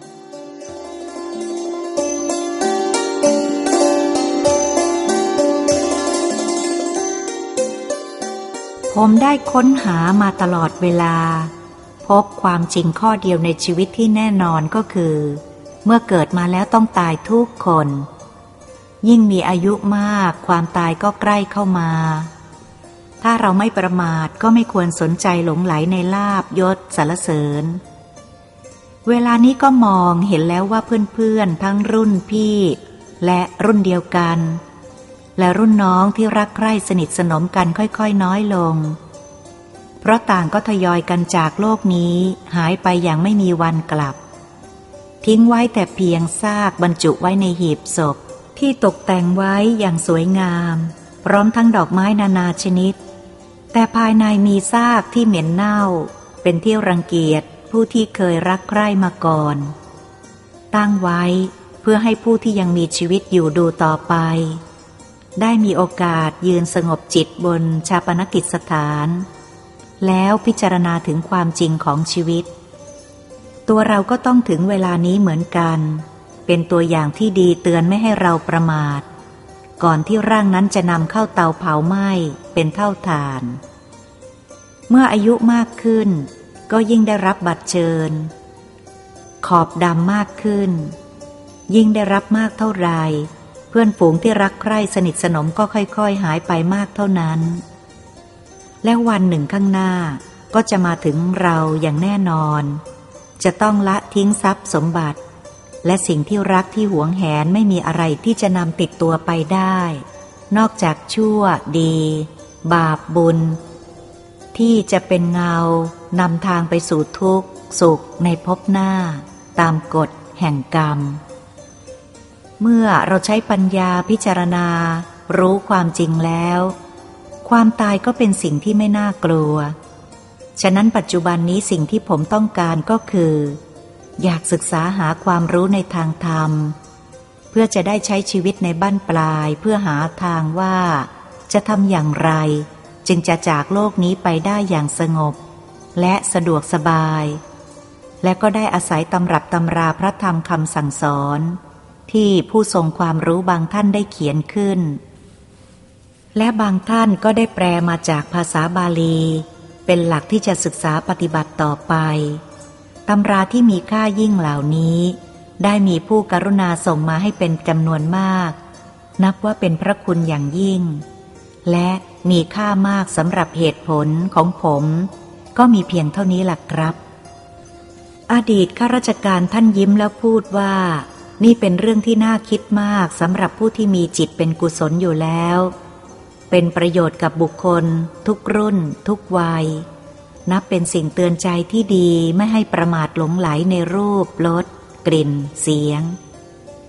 ผมได้ค้นหามาตลอดเวลาพบความจริงข้อเดียวในชีวิตที่แน่นอนก็คือเมื่อเกิดมาแล้วต้องตายทุกคนยิ่งมีอายุมากความตายก็ใกล้เข้ามาถ้าเราไม่ประมาทก็ไม่ควรสนใจหลงไหลในลาภยศสรรเสริญเวลานี้ก็มองเห็นแล้วว่าเพื่อนๆทั้งรุ่นพี่และรุ่นเดียวกันและรุ่นน้องที่รักใคร่สนิทสนมกันค่อยๆน้อยลงเพราะต่างก็ทยอยกันจากโลกนี้หายไปอย่างไม่มีวันกลับทิ้งไว้แต่เพียงซากบรรจุไว้ในหีบศพที่ตกแต่งไว้อย่างสวยงามพร้อมทั้งดอกไม้นานาชนิดแต่ภายในมีซากที่เหม็นเน่าเป็นที่รังเกียจผู้ที่เคยรักใคร่มาก่อนตั้งไว้เพื่อให้ผู้ที่ยังมีชีวิตอยู่ดูต่อไปได้มีโอกาสยืนสงบจิตบนฌาปนกิจสถานแล้วพิจารณาถึงความจริงของชีวิตตัวเราก็ต้องถึงเวลานี้เหมือนกันเป็นตัวอย่างที่ดีเตือนไม่ให้เราประมาทก่อนที่ร่างนั้นจะนำเข้าเตาเผาไหม้เป็นเท่าฐานเมื่ออายุมากขึ้นก็ยิ่งได้รับบัตรเชิญขอบดำมากขึ้นยิ่งได้รับมากเท่าไรเพื่อนฝูงที่รักใคร่สนิทสนมก็ค่อยๆหายไปมากเท่านั้นและวันหนึ่งข้างหน้าก็จะมาถึงเราอย่างแน่นอนจะต้องละทิ้งทรัพย์สมบัติและสิ่งที่รักที่หวงแหนไม่มีอะไรที่จะนำติดตัวไปได้นอกจากชั่วดีบาปบุญที่จะเป็นเงานำทางไปสู่ทุกข์สุขในภพหน้าตามกฎแห่งกรรมเมื่อเราใช้ปัญญาพิจารณารู้ความจริงแล้วความตายก็เป็นสิ่งที่ไม่น่ากลัวฉะนั้นปัจจุบันนี้สิ่งที่ผมต้องการก็คืออยากศึกษาหาความรู้ในทางธรรมเพื่อจะได้ใช้ชีวิตในบั้นปลายเพื่อหาทางว่าจะทำอย่างไรจึงจะจากโลกนี้ไปได้อย่างสงบและสะดวกสบายและก็ได้อาศัยตำรับตำราพระธรรมคำสั่งสอนที่ผู้ทรงความรู้บางท่านได้เขียนขึ้นและบางท่านก็ได้แปลมาจากภาษาบาลีเป็นหลักที่จะศึกษาปฏิบัติต่อไปตำราที่มีค่ายิ่งเหล่านี้ได้มีผู้กรุณาส่งมาให้เป็นจำนวนมากนับว่าเป็นพระคุณอย่างยิ่งและมีค่ามากสำหรับเหตุผลของผมก็มีเพียงเท่านี้ล่ะครับอดีตข้าราชการท่านยิ้มแล้วพูดว่านี่เป็นเรื่องที่น่าคิดมากสำหรับผู้ที่มีจิตเป็นกุศลอยู่แล้วเป็นประโยชน์กับบุคคลทุกรุ่นทุกวัยนับเป็นสิ่งเตือนใจที่ดีไม่ให้ประมาทหลงไหลในรูปรสกลิ่นเสียง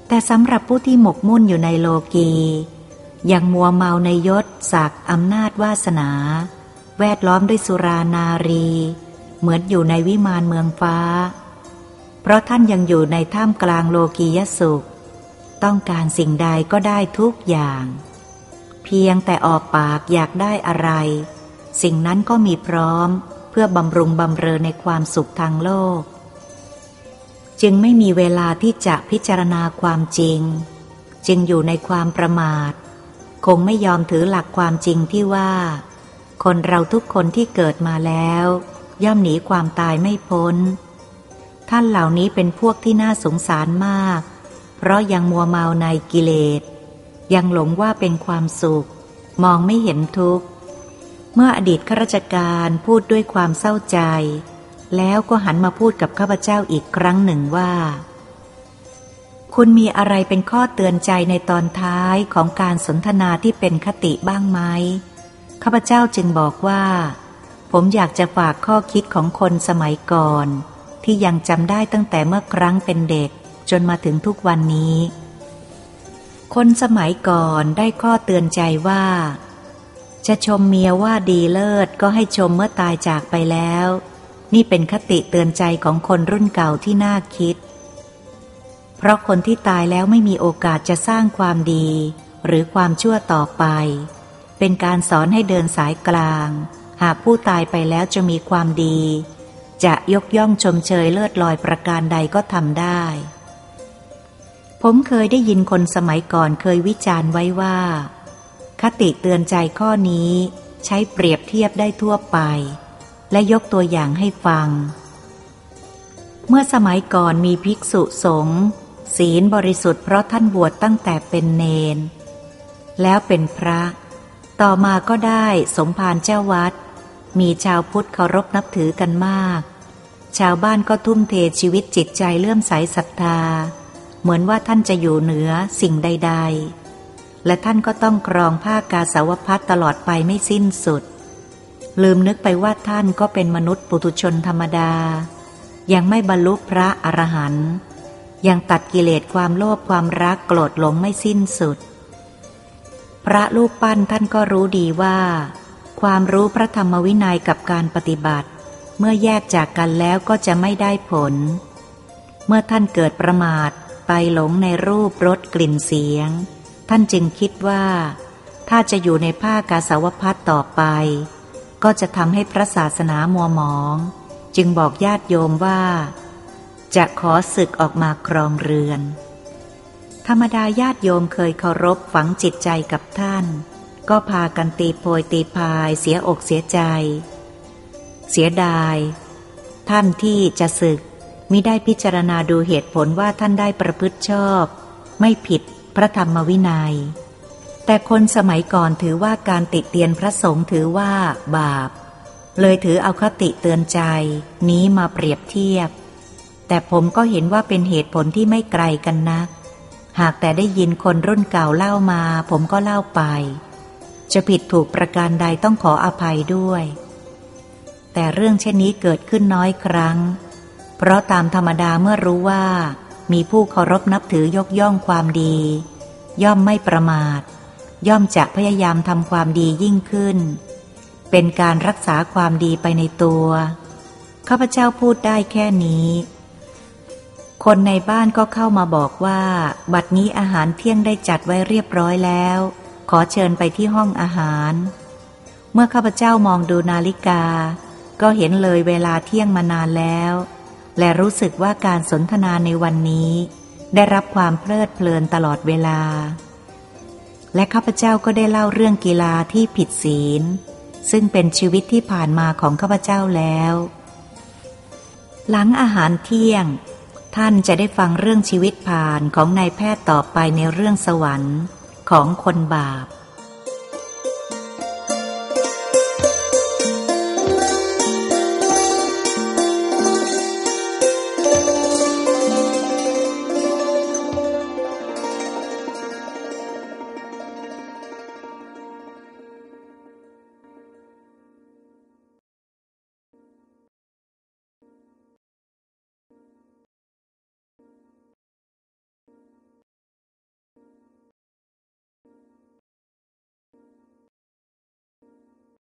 แต่สำหรับผู้ที่หมกมุ่นอยู่ในโลกียังมัวเมาในยศศักดิ์อำนาจวาสนาแวดล้อมด้วยสุรานารีเหมือนอยู่ในวิมานเมืองฟ้าเพราะท่านยังอยู่ในท่ามกลางโลกียสุขต้องการสิ่งใดก็ได้ทุกอย่างเพียงแต่ออกปากอยากได้อะไรสิ่งนั้นก็มีพร้อมเพื่อบำรุงบำเรอในความสุขทางโลกจึงไม่มีเวลาที่จะพิจารณาความจริงจึงอยู่ในความประมาทคงไม่ยอมถือหลักความจริงที่ว่าคนเราทุกคนที่เกิดมาแล้วย่อมหนีความตายไม่พ้นท่านเหล่านี้เป็นพวกที่น่าสงสารมากเพราะยังมัวเมาในกิเลสยังหลงว่าเป็นความสุขมองไม่เห็นทุกข์เมื่ออดีตข้าราชการพูดด้วยความเศร้าใจแล้วก็หันมาพูดกับข้าพเจ้าอีกครั้งหนึ่งว่าคุณมีอะไรเป็นข้อเตือนใจในตอนท้ายของการสนทนาที่เป็นคติบ้างไหมข้าพเจ้าจึงบอกว่าผมอยากจะฝากข้อคิดของคนสมัยก่อนที่ยังจำได้ตั้งแต่เมื่อครั้งเป็นเด็กจนมาถึงทุกวันนี้คนสมัยก่อนได้ข้อเตือนใจว่าจะชมเมียว่าดีเลิศก็ให้ชมเมื่อตายจากไปแล้วนี่เป็นคติเตือนใจของคนรุ่นเก่าที่น่าคิดเพราะคนที่ตายแล้วไม่มีโอกาสจะสร้างความดีหรือความชั่วต่อไปเป็นการสอนให้เดินสายกลางหากผู้ตายไปแล้วจะมีความดีจะยกย่องชมเชยเลิศลอยประการใดก็ทำได้ผมเคยได้ยินคนสมัยก่อนเคยวิจารณ์ไว้ว่าคติเตือนใจข้อนี้ใช้เปรียบเทียบได้ทั่วไปและยกตัวอย่างให้ฟังเมื่อสมัยก่อนมีภิกษุสงฆ์ศีลบริสุทธิ์เพราะท่านบวชตั้งแต่เป็นเณรแล้วเป็นพระต่อมาก็ได้สมภารเจ้าวัดมีชาวพุทธเคารพนับถือกันมากชาวบ้านก็ทุ่มเทชีวิตจิตใจเลื่อมใสศรัทธาเหมือนว่าท่านจะอยู่เหนือสิ่งใดๆและท่านก็ต้องครองผ้ากาสาวพัสตลอดไปไม่สิ้นสุดลืมนึกไปว่าท่านก็เป็นมนุษย์ปุถุชนธรรมดายังไม่บรรลุพระอรหันต์ยังตัดกิเลสความโลภความรักโกรธหลงไม่สิ้นสุดพระรูปปั้นท่านก็รู้ดีว่าความรู้พระธรรมวินัยกับการปฏิบัติเมื่อแยกจากกันแล้วก็จะไม่ได้ผลเมื่อท่านเกิดประมาทไปหลงในรูปรสกลิ่นเสียงท่านจึงคิดว่าถ้าจะอยู่ในผ้ากาสาวพัสต่อไปก็จะทำให้พระศาสนามัวหมองจึงบอกญาติโยมว่าจะขอสึกออกมาครองเรือนธรรมดาญาติโยมเคยเคารพฝังจิตใจกับท่านก็พากันตีโพยตีพายเสียอกเสียใจเสียดายท่านที่จะสึกมิได้พิจารณาดูเหตุผลว่าท่านได้ประพฤติชอบไม่ผิดพระธรรมวินัยแต่คนสมัยก่อนถือว่าการติเตียนพระสงฆ์ถือว่าบาปเลยถือเอาคติเตือนใจนี้มาเปรียบเทียบแต่ผมก็เห็นว่าเป็นเหตุผลที่ไม่ไกลกันนักหากแต่ได้ยินคนรุ่นเก่าเล่ามาผมก็เล่าไปจะผิดถูกประการใดต้องขออภัยด้วยแต่เรื่องเช่นนี้เกิดขึ้นน้อยครั้งเพราะตามธรรมดาเมื่อรู้ว่ามีผู้เคารพนับถือยกย่องความดีย่อมไม่ประมาทย่อมจะพยายามทำความดียิ่งขึ้นเป็นการรักษาความดีไปในตัวข้าพเจ้าพูดได้แค่นี้คนในบ้านก็เข้ามาบอกว่าบัดนี้อาหารเที่ยงได้จัดไว้เรียบร้อยแล้วขอเชิญไปที่ห้องอาหารเมื่อข้าพเจ้ามองดูนาฬิกาก็เห็นเลยเวลาเที่ยงมานานแล้วและรู้สึกว่าการสนทนาในวันนี้ได้รับความเพลิดเพลินตลอดเวลาและข้าพเจ้าก็ได้เล่าเรื่องกีฬาที่ผิดศีลซึ่งเป็นชีวิตที่ผ่านมาของข้าพเจ้าแล้วหลังอาหารเที่ยงท่านจะได้ฟังเรื่องชีวิตผ่านของนายแพทย์ต่อไปในเรื่องสวรรค์ของคนบาป